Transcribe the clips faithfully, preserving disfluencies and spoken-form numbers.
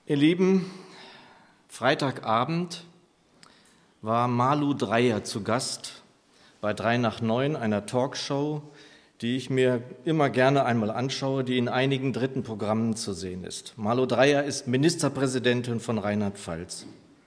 Ihr Lieben, Freitagabend war Malu Dreyer zu Gast bei drei nach neun, einer Talkshow, die ich mir immer gerne einmal anschaue, die in einigen dritten Programmen zu sehen ist. Malu Dreyer ist Ministerpräsidentin von Rheinland-Pfalz.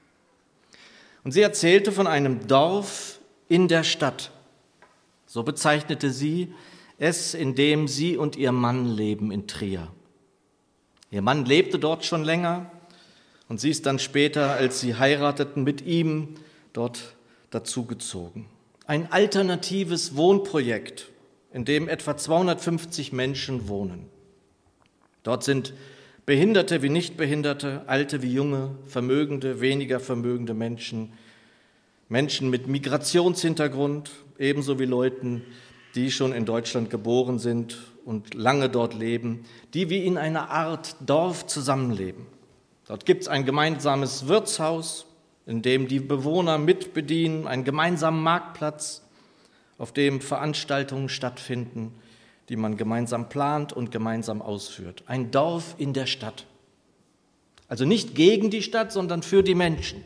Und sie erzählte von einem Dorf in der Stadt. So bezeichnete sie es, in dem sie und ihr Mann leben in Trier. Ihr Mann lebte dort schon länger und sie ist dann später, als sie heirateten, mit ihm dort dazugezogen. Ein alternatives Wohnprojekt, in dem etwa zweihundertfünfzig Menschen wohnen. Dort sind Behinderte wie Nichtbehinderte, Alte wie Junge, Vermögende, weniger vermögende Menschen, Menschen mit Migrationshintergrund, ebenso wie Leuten, die schon in Deutschland geboren sind und lange dort leben, die wie in einer Art Dorf zusammenleben. Dort gibt es ein gemeinsames Wirtshaus, in dem die Bewohner mitbedienen, einen gemeinsamen Marktplatz, auf dem Veranstaltungen stattfinden, die man gemeinsam plant und gemeinsam ausführt. Ein Dorf in der Stadt. Also nicht gegen die Stadt, sondern für die Menschen.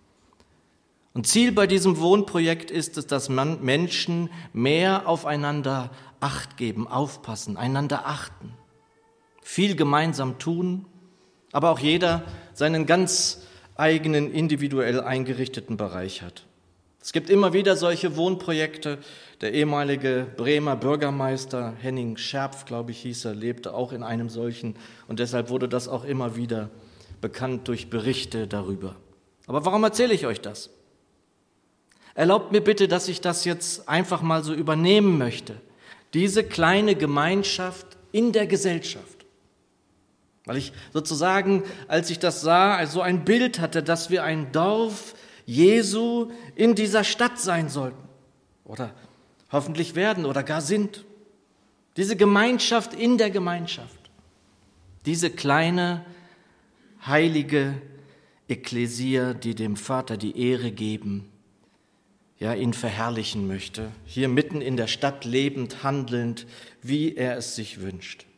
Und Ziel bei diesem Wohnprojekt ist es, dass man Menschen mehr aufeinander Acht geben, aufpassen, einander achten, viel gemeinsam tun, aber auch jeder seinen ganz eigenen, individuell eingerichteten Bereich hat. Es gibt immer wieder solche Wohnprojekte. Der ehemalige Bremer Bürgermeister Henning Scherpf, glaube ich, hieß er, lebte auch in einem solchen und deshalb wurde das auch immer wieder bekannt durch Berichte darüber. Aber warum erzähle ich euch das? Erlaubt mir bitte, dass ich das jetzt einfach mal so übernehmen möchte. Diese kleine Gemeinschaft in der Gesellschaft. Weil ich sozusagen, als ich das sah, so ein Bild hatte, dass wir ein Dorf Jesu in dieser Stadt sein sollten. Oder hoffentlich werden oder gar sind. Diese Gemeinschaft in der Gemeinschaft. Diese kleine, heilige Ekklesia, die dem Vater die Ehre geben, ja, ihn verherrlichen möchte, hier mitten in der Stadt lebend, handelnd, wie er es sich wünscht.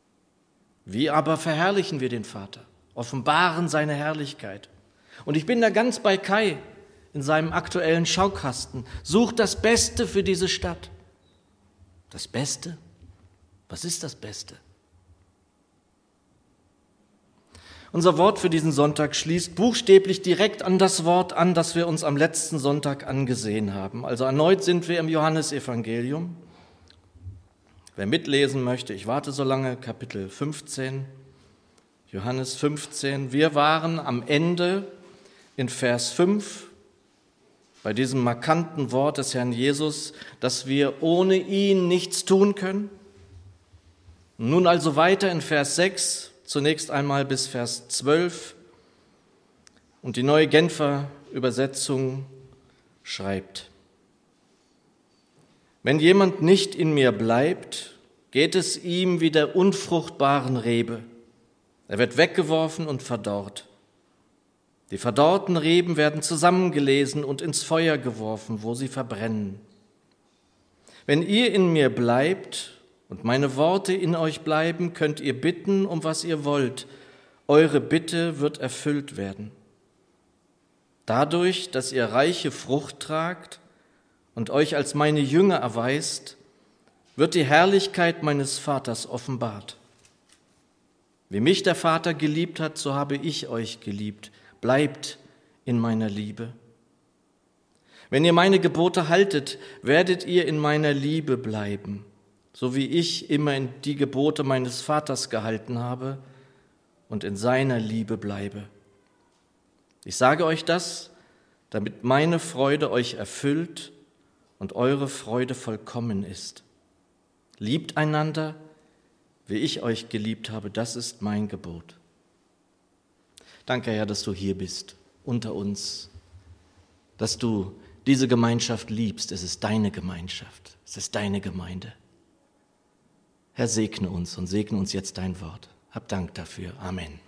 Wie aber verherrlichen wir den Vater, offenbaren seine Herrlichkeit? Und ich bin da ganz bei Kai in seinem aktuellen Schaukasten. Sucht das Beste für diese Stadt. Das Beste? Was ist das Beste? Unser Wort für diesen Sonntag schließt buchstäblich direkt an das Wort an, das wir uns am letzten Sonntag angesehen haben. Also erneut sind wir im Johannesevangelium. Wer mitlesen möchte, ich warte so lange, Kapitel fünfzehn, Johannes fünfzehn. Wir waren am Ende in Vers fünf bei diesem markanten Wort des Herrn Jesus, dass wir ohne ihn nichts tun können. Nun also weiter in Vers sechs, zunächst einmal bis Vers zwölf. Und die Neue Genfer Übersetzung schreibt: Wenn jemand nicht in mir bleibt, geht es ihm wie der unfruchtbaren Rebe. Er wird weggeworfen und verdorrt. Die verdorrten Reben werden zusammengelesen und ins Feuer geworfen, wo sie verbrennen. Wenn ihr in mir bleibt und meine Worte in euch bleiben, könnt ihr bitten, um was ihr wollt. Eure Bitte wird erfüllt werden. Dadurch, dass ihr reiche Frucht tragt und euch als meine Jünger erweist, wird die Herrlichkeit meines Vaters offenbart. Wie mich der Vater geliebt hat, so habe ich euch geliebt. Bleibt in meiner Liebe. Wenn ihr meine Gebote haltet, werdet ihr in meiner Liebe bleiben, so wie ich immer in die Gebote meines Vaters gehalten habe und in seiner Liebe bleibe. Ich sage euch das, damit meine Freude euch erfüllt und eure Freude vollkommen ist. Liebt einander, wie ich euch geliebt habe, das ist mein Gebot. Danke, Herr, dass du hier bist, unter uns, dass du diese Gemeinschaft liebst. Es ist deine Gemeinschaft, es ist deine Gemeinde. Herr, segne uns und segne uns jetzt dein Wort. Hab Dank dafür. Amen.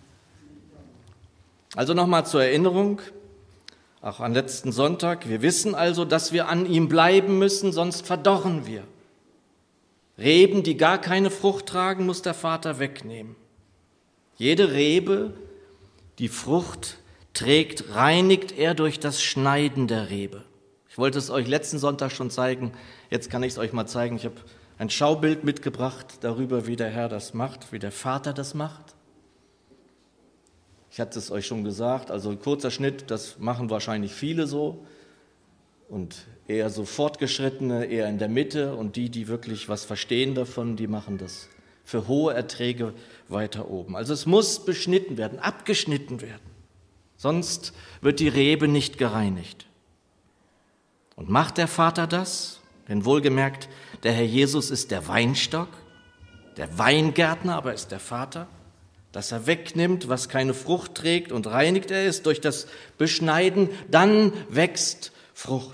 Also nochmal zur Erinnerung, auch am letzten Sonntag. Wir wissen also, dass wir an ihm bleiben müssen, sonst verdorren wir. Reben, die gar keine Frucht tragen, muss der Vater wegnehmen. Jede Rebe die Frucht trägt, reinigt er durch das Schneiden der Rebe. Ich wollte es euch letzten Sonntag schon zeigen, jetzt kann ich es euch mal zeigen. Ich habe ein Schaubild mitgebracht darüber, wie der Herr das macht, wie der Vater das macht. Ich hatte es euch schon gesagt, also ein kurzer Schnitt, das machen wahrscheinlich viele so. Und eher so Fortgeschrittene, eher in der Mitte. Und die, die wirklich was verstehen davon, die machen das für hohe Erträge weiter oben. Also es muss beschnitten werden, abgeschnitten werden. Sonst wird die Rebe nicht gereinigt. Und macht der Vater das? Denn wohlgemerkt, der Herr Jesus ist der Weinstock, der Weingärtner, aber ist der Vater, dass er wegnimmt, was keine Frucht trägt und reinigt er es durch das Beschneiden, dann wächst Frucht.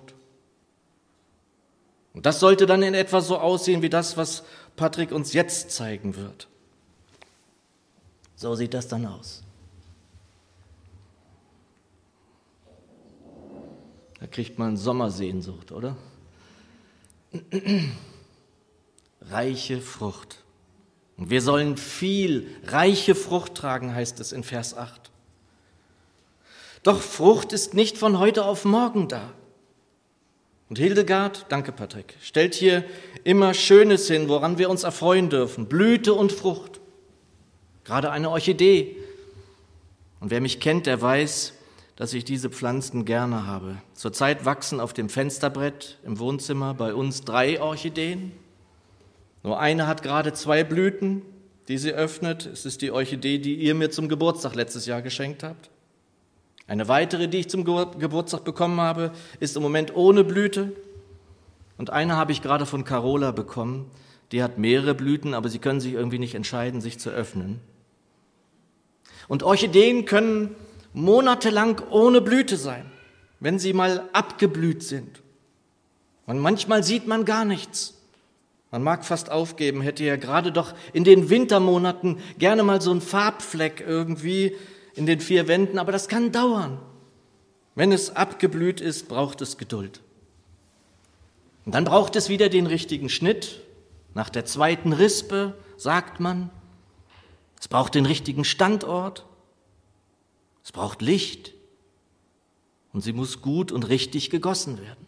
Und das sollte dann in etwa so aussehen wie das, was Patrick uns jetzt zeigen wird. So sieht das dann aus. Da kriegt man Sommersehnsucht, oder? Reiche Frucht. Und wir sollen viel reiche Frucht tragen, heißt es in Vers acht. Doch Frucht ist nicht von heute auf morgen da. Und Hildegard, danke Patrick, stellt hier immer Schönes hin, woran wir uns erfreuen dürfen. Blüte und Frucht. Gerade eine Orchidee. Und wer mich kennt, der weiß, dass ich diese Pflanzen gerne habe. Zurzeit wachsen auf dem Fensterbrett im Wohnzimmer bei uns drei Orchideen. Nur eine hat gerade zwei Blüten, die sie öffnet. Es ist die Orchidee, die ihr mir zum Geburtstag letztes Jahr geschenkt habt. Eine weitere, die ich zum Geburtstag bekommen habe, ist im Moment ohne Blüte. Und eine habe ich gerade von Carola bekommen. Die hat mehrere Blüten, aber sie können sich irgendwie nicht entscheiden, sich zu öffnen. Und Orchideen können monatelang ohne Blüte sein, wenn sie mal abgeblüht sind. Und manchmal sieht man gar nichts. Man mag fast aufgeben, hätte ja gerade doch in den Wintermonaten gerne mal so einen Farbfleck irgendwie in den vier Wänden, aber das kann dauern. Wenn es abgeblüht ist, braucht es Geduld. Und dann braucht es wieder den richtigen Schnitt. Nach der zweiten Rispe, sagt man. Es braucht den richtigen Standort. Es braucht Licht. Und sie muss gut und richtig gegossen werden.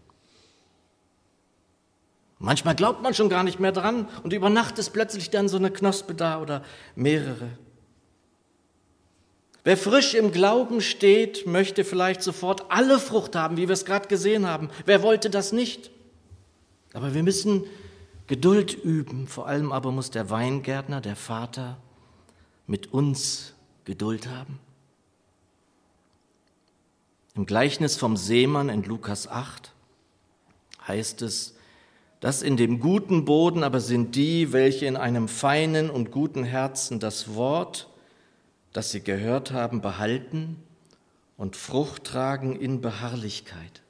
Manchmal glaubt man schon gar nicht mehr dran und über Nacht ist plötzlich dann so eine Knospe da oder mehrere. Wer frisch im Glauben steht, möchte vielleicht sofort alle Frucht haben, wie wir es gerade gesehen haben. Wer wollte das nicht? Aber wir müssen Geduld üben. Vor allem aber muss der Weingärtner, der Vater, mit uns Geduld haben. Im Gleichnis vom Seemann in Lukas acht heißt es, das in dem guten Boden aber sind die, welche in einem feinen und guten Herzen das Wort, das sie gehört haben, behalten und Frucht tragen in Beharrlichkeit.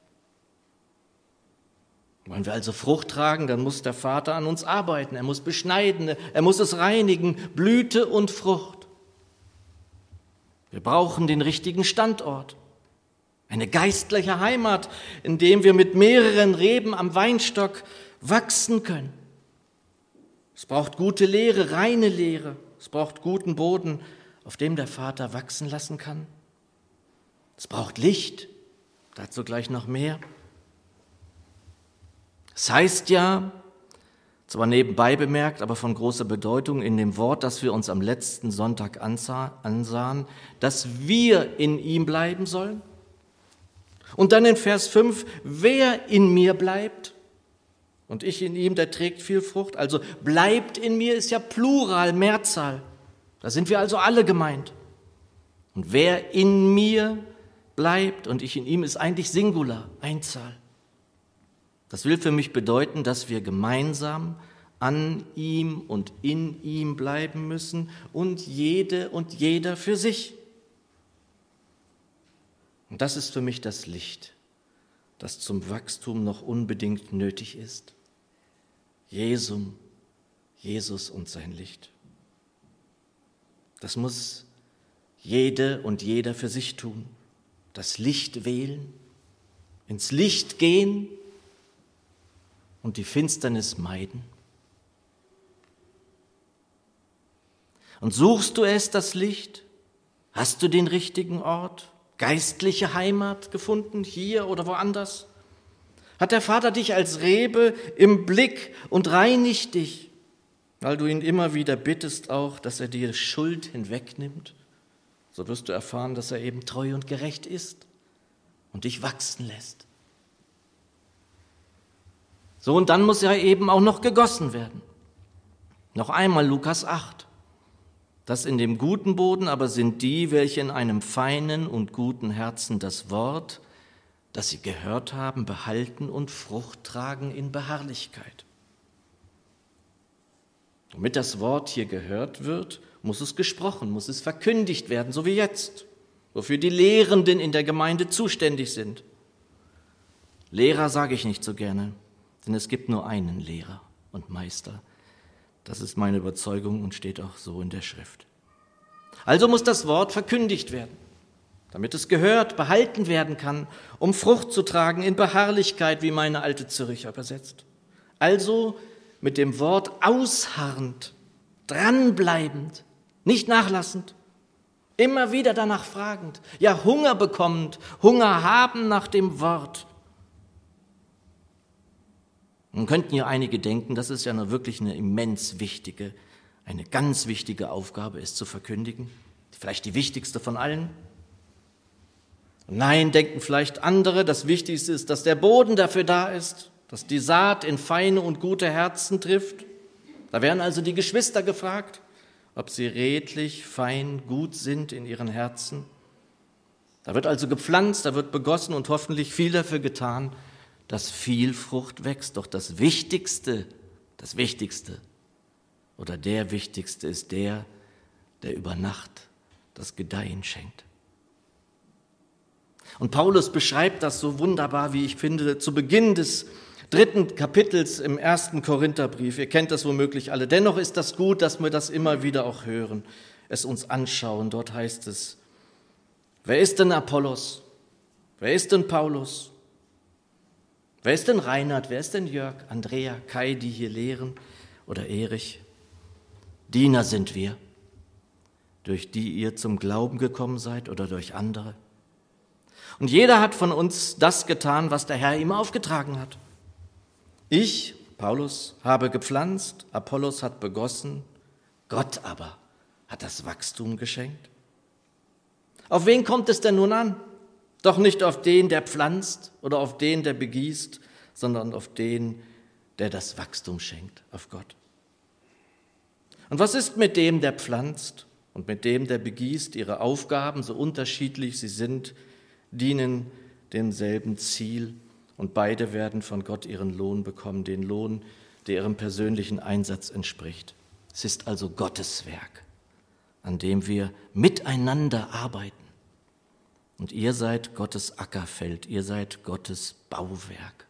Wollen wir also Frucht tragen, dann muss der Vater an uns arbeiten, er muss beschneiden, er muss es reinigen, Blüte und Frucht. Wir brauchen den richtigen Standort, eine geistliche Heimat, in dem wir mit mehreren Reben am Weinstock wachsen können. Es braucht gute Lehre, reine Lehre, es braucht guten Boden, auf dem der Vater wachsen lassen kann. Es braucht Licht, dazu gleich noch mehr. Es heißt ja, zwar nebenbei bemerkt, aber von großer Bedeutung in dem Wort, das wir uns am letzten Sonntag ansahen, dass wir in ihm bleiben sollen. Und dann in Vers fünf, wer in mir bleibt und ich in ihm, der trägt viel Frucht. Also bleibt in mir ist ja Plural, Mehrzahl. Da sind wir also alle gemeint. Und wer in mir bleibt und ich in ihm, ist eigentlich Singular, Einzahl. Das will für mich bedeuten, dass wir gemeinsam an ihm und in ihm bleiben müssen und jede und jeder für sich. Und das ist für mich das Licht, das zum Wachstum noch unbedingt nötig ist. Jesum, Jesus und sein Licht. Das muss jede und jeder für sich tun. Das Licht wählen, ins Licht gehen und die Finsternis meiden. Und suchst du es, das Licht? Hast du den richtigen Ort, geistliche Heimat gefunden, hier oder woanders? Hat der Vater dich als Rebe im Blick und reinigt dich, weil du ihn immer wieder bittest auch, dass er dir Schuld hinwegnimmt? So wirst du erfahren, dass er eben treu und gerecht ist und dich wachsen lässt. So, und dann muss er eben auch noch gegossen werden. Noch einmal Lukas acht. Das in dem guten Boden aber sind die, welche in einem feinen und guten Herzen das Wort, das sie gehört haben, behalten und Frucht tragen in Beharrlichkeit. Damit das Wort hier gehört wird, muss es gesprochen, muss es verkündigt werden, so wie jetzt, wofür die Lehrenden in der Gemeinde zuständig sind. Lehrer sage ich nicht so gerne, denn es gibt nur einen Lehrer und Meister. Das ist meine Überzeugung und steht auch so in der Schrift. Also muss das Wort verkündigt werden, damit es gehört, behalten werden kann, um Frucht zu tragen in Beharrlichkeit, wie meine alte Zürcher übersetzt. Also mit dem Wort ausharrend, dranbleibend, nicht nachlassend, immer wieder danach fragend, ja Hunger bekommend, Hunger haben nach dem Wort. Nun könnten ja einige denken, dass es ja nur wirklich eine immens wichtige, eine ganz wichtige Aufgabe ist, zu verkündigen, vielleicht die wichtigste von allen. Nein, denken vielleicht andere, das Wichtigste ist, dass der Boden dafür da ist, dass die Saat in feine und gute Herzen trifft. Da werden also die Geschwister gefragt, ob sie redlich, fein, gut sind in ihren Herzen. Da wird also gepflanzt, da wird begossen und hoffentlich viel dafür getan, dass viel Frucht wächst. Doch das Wichtigste, das Wichtigste oder der Wichtigste ist der, der über Nacht das Gedeihen schenkt. Und Paulus beschreibt das so wunderbar, wie ich finde, zu Beginn des dritten Kapitels im ersten Korintherbrief. Ihr kennt das womöglich alle. Dennoch ist das gut, dass wir das immer wieder auch hören, es uns anschauen. Dort heißt es, wer ist denn Apollos? Wer ist denn Paulus? Wer ist denn Reinhard? Wer ist denn Jörg, Andrea, Kai, die hier lehren oder Erich? Diener sind wir, durch die ihr zum Glauben gekommen seid oder durch andere. Und jeder hat von uns das getan, was der Herr ihm aufgetragen hat. Ich, Paulus, habe gepflanzt, Apollos hat begossen, Gott aber hat das Wachstum geschenkt. Auf wen kommt es denn nun an? Doch nicht auf den, der pflanzt oder auf den, der begießt, sondern auf den, der das Wachstum schenkt, auf Gott. Und was ist mit dem, der pflanzt und mit dem, der begießt? Ihre Aufgaben, so unterschiedlich sie sind, dienen demselben Ziel und beide werden von Gott ihren Lohn bekommen, den Lohn, der ihrem persönlichen Einsatz entspricht. Es ist also Gottes Werk, an dem wir miteinander arbeiten. Und ihr seid Gottes Ackerfeld, ihr seid Gottes Bauwerk.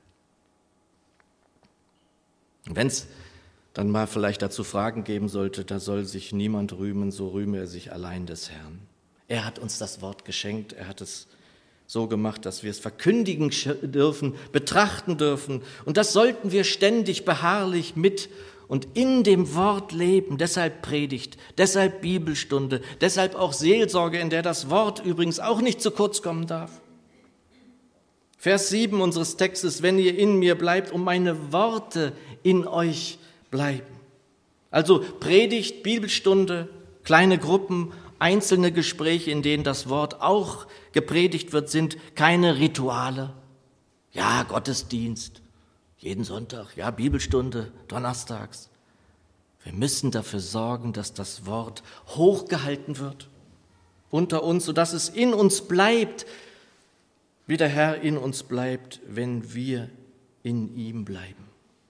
Und wenn es dann mal vielleicht dazu Fragen geben sollte, da soll sich niemand rühmen, so rühme er sich allein des Herrn. Er hat uns das Wort geschenkt, er hat es so gemacht, dass wir es verkündigen dürfen, betrachten dürfen. Und das sollten wir ständig beharrlich mit und in dem Wort leben. Deshalb Predigt, deshalb Bibelstunde, deshalb auch Seelsorge, in der das Wort übrigens auch nicht zu kurz kommen darf. Vers sieben unseres Textes, wenn ihr in mir bleibt und meine Worte in euch bleiben. Also Predigt, Bibelstunde, kleine Gruppen, einzelne Gespräche, in denen das Wort auch gepredigt wird, sind keine Rituale. Ja, Gottesdienst, jeden Sonntag, ja, Bibelstunde, donnerstags. Wir müssen dafür sorgen, dass das Wort hochgehalten wird unter uns, sodass es in uns bleibt, wie der Herr in uns bleibt, wenn wir in ihm bleiben.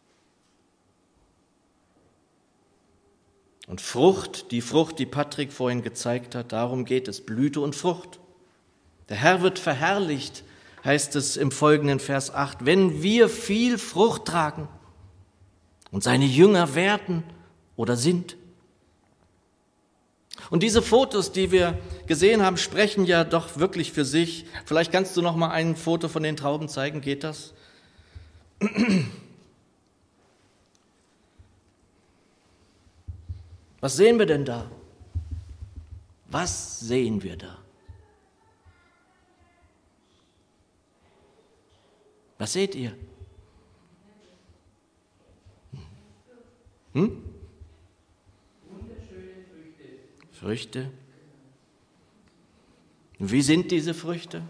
Und Frucht, die Frucht, die Patrick vorhin gezeigt hat, darum geht es, Blüte und Frucht. Der Herr wird verherrlicht, heißt es im folgenden Vers acht, wenn wir viel Frucht tragen und seine Jünger werden oder sind. Und diese Fotos, die wir gesehen haben, sprechen ja doch wirklich für sich. Vielleicht kannst du noch mal ein Foto von den Trauben zeigen, geht das? Was sehen wir denn da? Was sehen wir da? Was seht ihr? Hm? Wunderschöne Früchte. Früchte. Wie sind diese Früchte?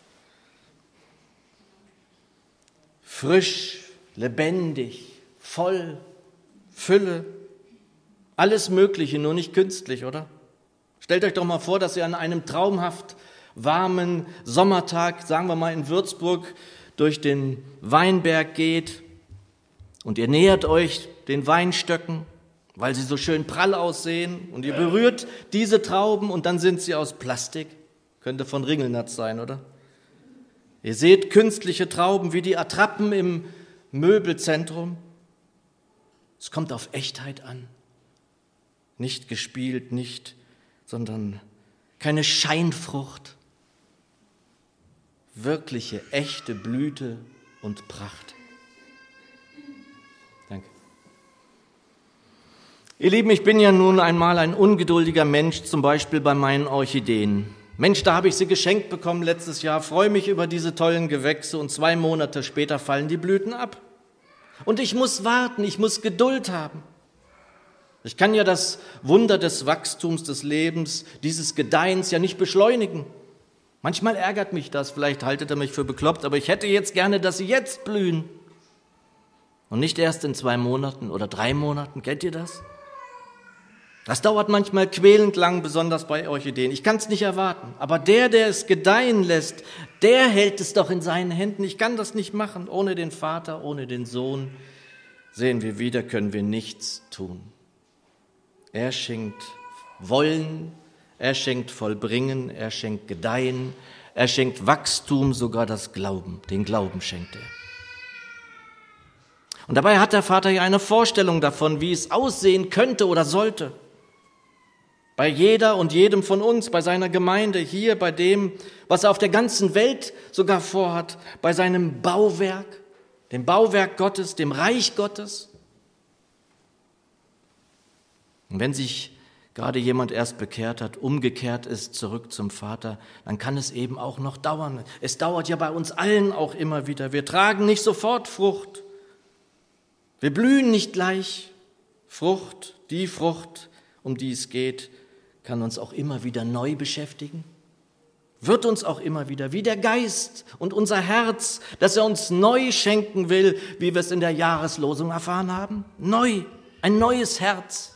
Frisch, lebendig, voll, Fülle, alles Mögliche, nur nicht künstlich, oder? Stellt euch doch mal vor, dass ihr an einem traumhaft warmen Sommertag, sagen wir mal in Würzburg, durch den Weinberg geht und ihr nähert euch den Weinstöcken, weil sie so schön prall aussehen und ihr berührt diese Trauben und dann sind sie aus Plastik. Könnte von Ringelnatz sein, oder? Ihr seht künstliche Trauben wie die Attrappen im Möbelzentrum. Es kommt auf Echtheit an. Nicht gespielt, nicht, sondern keine Scheinfrucht. Wirkliche, echte Blüte und Pracht. Danke. Ihr Lieben, ich bin ja nun einmal ein ungeduldiger Mensch, zum Beispiel bei meinen Orchideen. Mensch, da habe ich sie geschenkt bekommen letztes Jahr, freue mich über diese tollen Gewächse und zwei Monate später fallen die Blüten ab. Und ich muss warten, ich muss Geduld haben. Ich kann ja das Wunder des Wachstums, des Lebens, dieses Gedeihens ja nicht beschleunigen. Manchmal ärgert mich das, vielleicht haltet ihr mich für bekloppt, aber ich hätte jetzt gerne, dass sie jetzt blühen. Und nicht erst in zwei Monaten oder drei Monaten, kennt ihr das? Das dauert manchmal quälend lang, besonders bei Orchideen. Ich kann es nicht erwarten. Aber der, der es gedeihen lässt, der hält es doch in seinen Händen. Ich kann das nicht machen. Ohne den Vater, ohne den Sohn, sehen wir wieder, können wir nichts tun. Er schenkt Wollen, er schenkt Vollbringen, er schenkt Gedeihen, er schenkt Wachstum, sogar das Glauben. Den Glauben schenkt er. Und dabei hat der Vater ja eine Vorstellung davon, wie es aussehen könnte oder sollte. Bei jeder und jedem von uns, bei seiner Gemeinde, hier, bei dem, was er auf der ganzen Welt sogar vorhat, bei seinem Bauwerk, dem Bauwerk Gottes, dem Reich Gottes. Und wenn sich gerade jemand erst bekehrt hat, umgekehrt ist, zurück zum Vater, dann kann es eben auch noch dauern. Es dauert ja bei uns allen auch immer wieder. Wir tragen nicht sofort Frucht. Wir blühen nicht gleich. Frucht, die Frucht, um die es geht, kann uns auch immer wieder neu beschäftigen, wird uns auch immer wieder, wie der Geist und unser Herz, dass er uns neu schenken will, wie wir es in der Jahreslosung erfahren haben. Neu, ein neues Herz.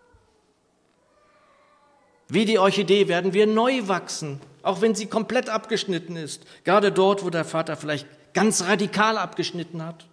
Wie die Orchidee werden wir neu wachsen, auch wenn sie komplett abgeschnitten ist, gerade dort, wo der Vater vielleicht ganz radikal abgeschnitten hat.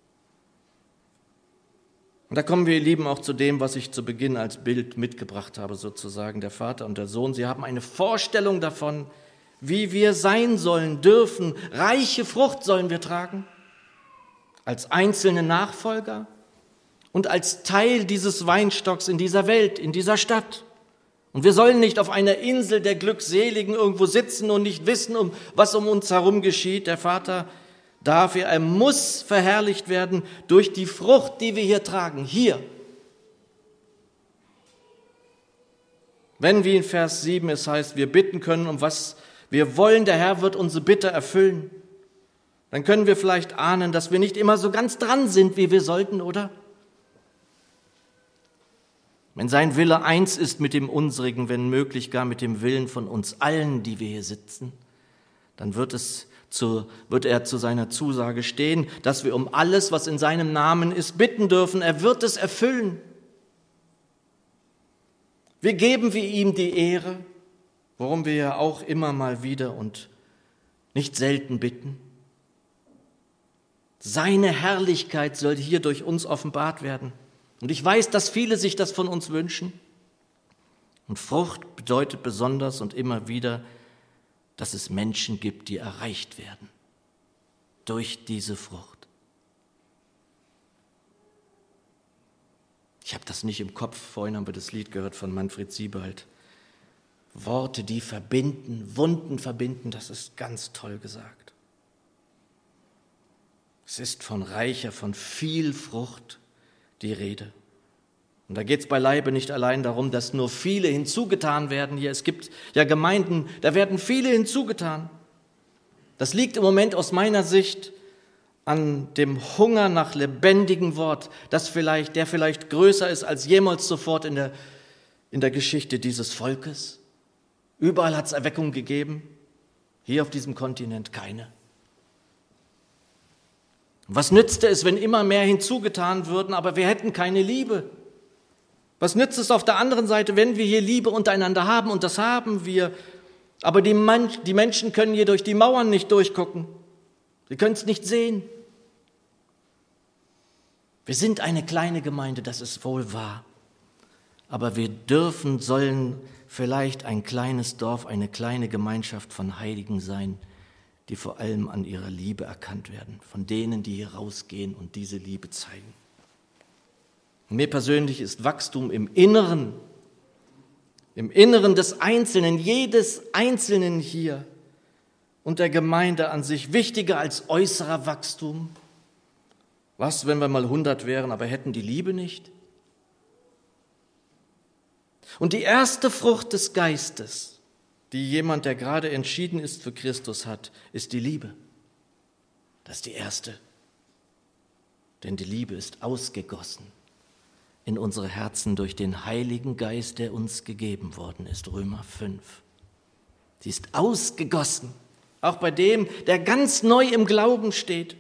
Und da kommen wir, ihr Lieben, auch zu dem, was ich zu Beginn als Bild mitgebracht habe, sozusagen, der Vater und der Sohn. Sie haben eine Vorstellung davon, wie wir sein sollen, dürfen. Reiche Frucht sollen wir tragen, als einzelne Nachfolger und als Teil dieses Weinstocks in dieser Welt, in dieser Stadt. Und wir sollen nicht auf einer Insel der Glückseligen irgendwo sitzen und nicht wissen, um was um uns herum geschieht. Der Vater darf er, er muss verherrlicht werden durch die Frucht, die wir hier tragen, hier. Wenn, wie in Vers sieben es heißt, wir bitten können, um was wir wollen, der Herr wird unsere Bitte erfüllen, dann können wir vielleicht ahnen, dass wir nicht immer so ganz dran sind, wie wir sollten, oder? Wenn sein Wille eins ist mit dem unsrigen, wenn möglich gar mit dem Willen von uns allen, die wir hier sitzen, dann wird es Zu, wird er zu seiner Zusage stehen, dass wir um alles, was in seinem Namen ist, bitten dürfen. Er wird es erfüllen. Wir geben wir ihm die Ehre, worum wir ja auch immer mal wieder und nicht selten bitten. Seine Herrlichkeit soll hier durch uns offenbart werden. Und ich weiß, dass viele sich das von uns wünschen. Und Frucht bedeutet besonders und immer wieder, dass es Menschen gibt, die erreicht werden durch diese Frucht. Ich habe das nicht im Kopf, vorhin haben wir das Lied gehört von Manfred Siebald. Worte, die verbinden, Wunden verbinden, das ist ganz toll gesagt. Es ist von reicher, von viel Frucht die Rede. Und da geht es beileibe nicht allein darum, dass nur viele hinzugetan werden hier. Es gibt ja Gemeinden, da werden viele hinzugetan. Das liegt im Moment aus meiner Sicht an dem Hunger nach lebendigem Wort, das vielleicht, der vielleicht größer ist als jemals zuvor in der, in der Geschichte dieses Volkes. Überall hat es Erweckung gegeben, hier auf diesem Kontinent keine. Was nützte es, wenn immer mehr hinzugetan würden, aber wir hätten keine Liebe? Was nützt es auf der anderen Seite, wenn wir hier Liebe untereinander haben, und das haben wir, aber die, Man- die Menschen können hier durch die Mauern nicht durchgucken. Sie können es nicht sehen. Wir sind eine kleine Gemeinde, das ist wohl wahr. Aber wir dürfen, sollen vielleicht ein kleines Dorf, eine kleine Gemeinschaft von Heiligen sein, die vor allem an ihrer Liebe erkannt werden, von denen, die hier rausgehen und diese Liebe zeigen. Und mir persönlich ist Wachstum im Inneren, im Inneren des Einzelnen, jedes Einzelnen hier und der Gemeinde an sich wichtiger als äußerer Wachstum. Was, wenn wir mal hundert wären, aber hätten die Liebe nicht? Und die erste Frucht des Geistes, die jemand, der gerade entschieden ist für Christus hat, ist die Liebe. Das ist die erste. Denn die Liebe ist ausgegossen in unsere Herzen durch den Heiligen Geist, der uns gegeben worden ist, Römer fünf. Sie ist ausgegossen, auch bei dem, der ganz neu im Glauben steht.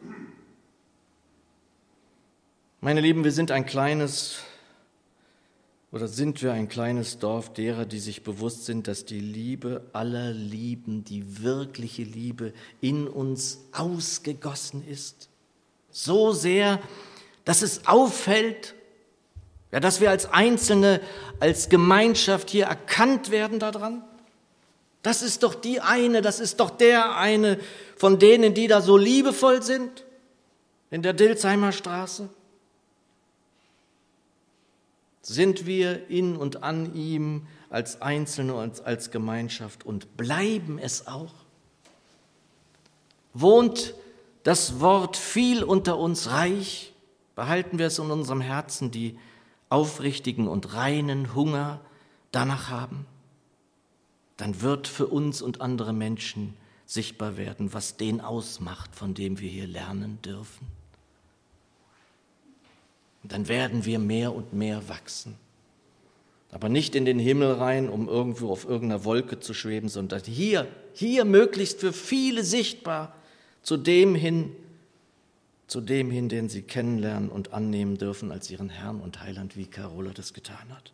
Meine Lieben, wir sind ein kleines, oder sind wir ein kleines Dorf derer, die sich bewusst sind, dass die Liebe aller Lieben, die wirkliche Liebe in uns ausgegossen ist. So sehr, dass es auffällt, ja, dass wir als Einzelne, als Gemeinschaft hier erkannt werden daran. Das ist doch die eine, das ist doch der eine von denen, die da so liebevoll sind in der Dilsheimer Straße. Sind wir in und an ihm als Einzelne und als Gemeinschaft und bleiben es auch? Wohnt das Wort viel unter uns reich? Behalten wir es in unserem Herzen, die aufrichtigen und reinen Hunger danach haben? Dann wird für uns und andere Menschen sichtbar werden, was den ausmacht, von dem wir hier lernen dürfen. Und dann werden wir mehr und mehr wachsen. Aber nicht in den Himmel rein, um irgendwo auf irgendeiner Wolke zu schweben, sondern hier, hier möglichst für viele sichtbar, zu dem hin, zu dem hin, den sie kennenlernen und annehmen dürfen als ihren Herrn und Heiland, wie Carola das getan hat.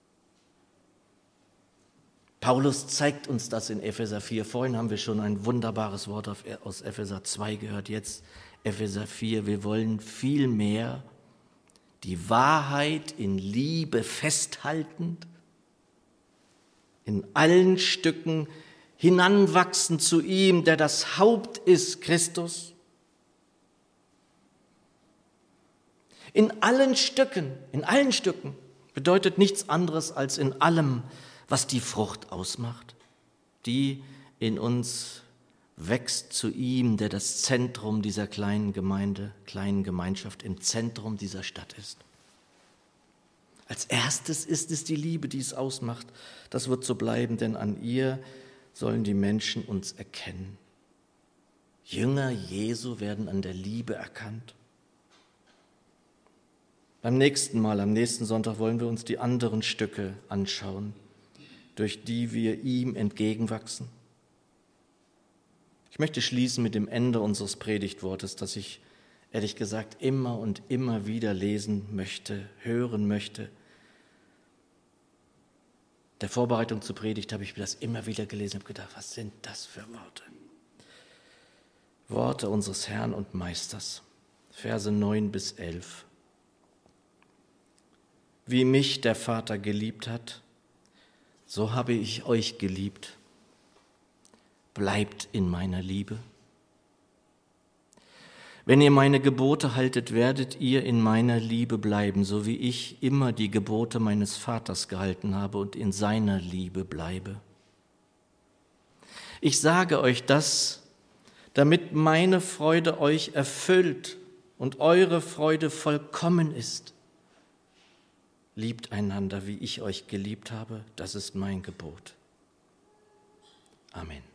Paulus zeigt uns das in Epheser vier. Vorhin haben wir schon ein wunderbares Wort aus Epheser zwei gehört, jetzt Epheser vier. Wir wollen viel mehr die Wahrheit in Liebe festhaltend, in allen Stücken hinanwachsen zu ihm, der das Haupt ist, Christus. In allen Stücken, in allen Stücken bedeutet nichts anderes als in allem, was die Frucht ausmacht, die in uns wächst zu ihm, der das Zentrum dieser kleinen Gemeinde, kleinen Gemeinschaft im Zentrum dieser Stadt ist. Als erstes ist es die Liebe, die es ausmacht. Das wird so bleiben, denn an ihr sollen die Menschen uns erkennen. Jünger Jesu werden an der Liebe erkannt. Beim nächsten Mal, am nächsten Sonntag, wollen wir uns die anderen Stücke anschauen, durch die wir ihm entgegenwachsen. Ich möchte schließen mit dem Ende unseres Predigtwortes, das ich ehrlich gesagt immer und immer wieder lesen möchte, hören möchte. Der Vorbereitung zur Predigt habe ich mir das immer wieder gelesen und habe gedacht, was sind das für Worte? Worte unseres Herrn und Meisters, Verse neun bis elf. Wie mich der Vater geliebt hat, so habe ich euch geliebt. Bleibt in meiner Liebe. Wenn ihr meine Gebote haltet, werdet ihr in meiner Liebe bleiben, so wie ich immer die Gebote meines Vaters gehalten habe und in seiner Liebe bleibe. Ich sage euch das, damit meine Freude euch erfüllt und eure Freude vollkommen ist. Liebt einander, wie ich euch geliebt habe, das ist mein Gebot. Amen.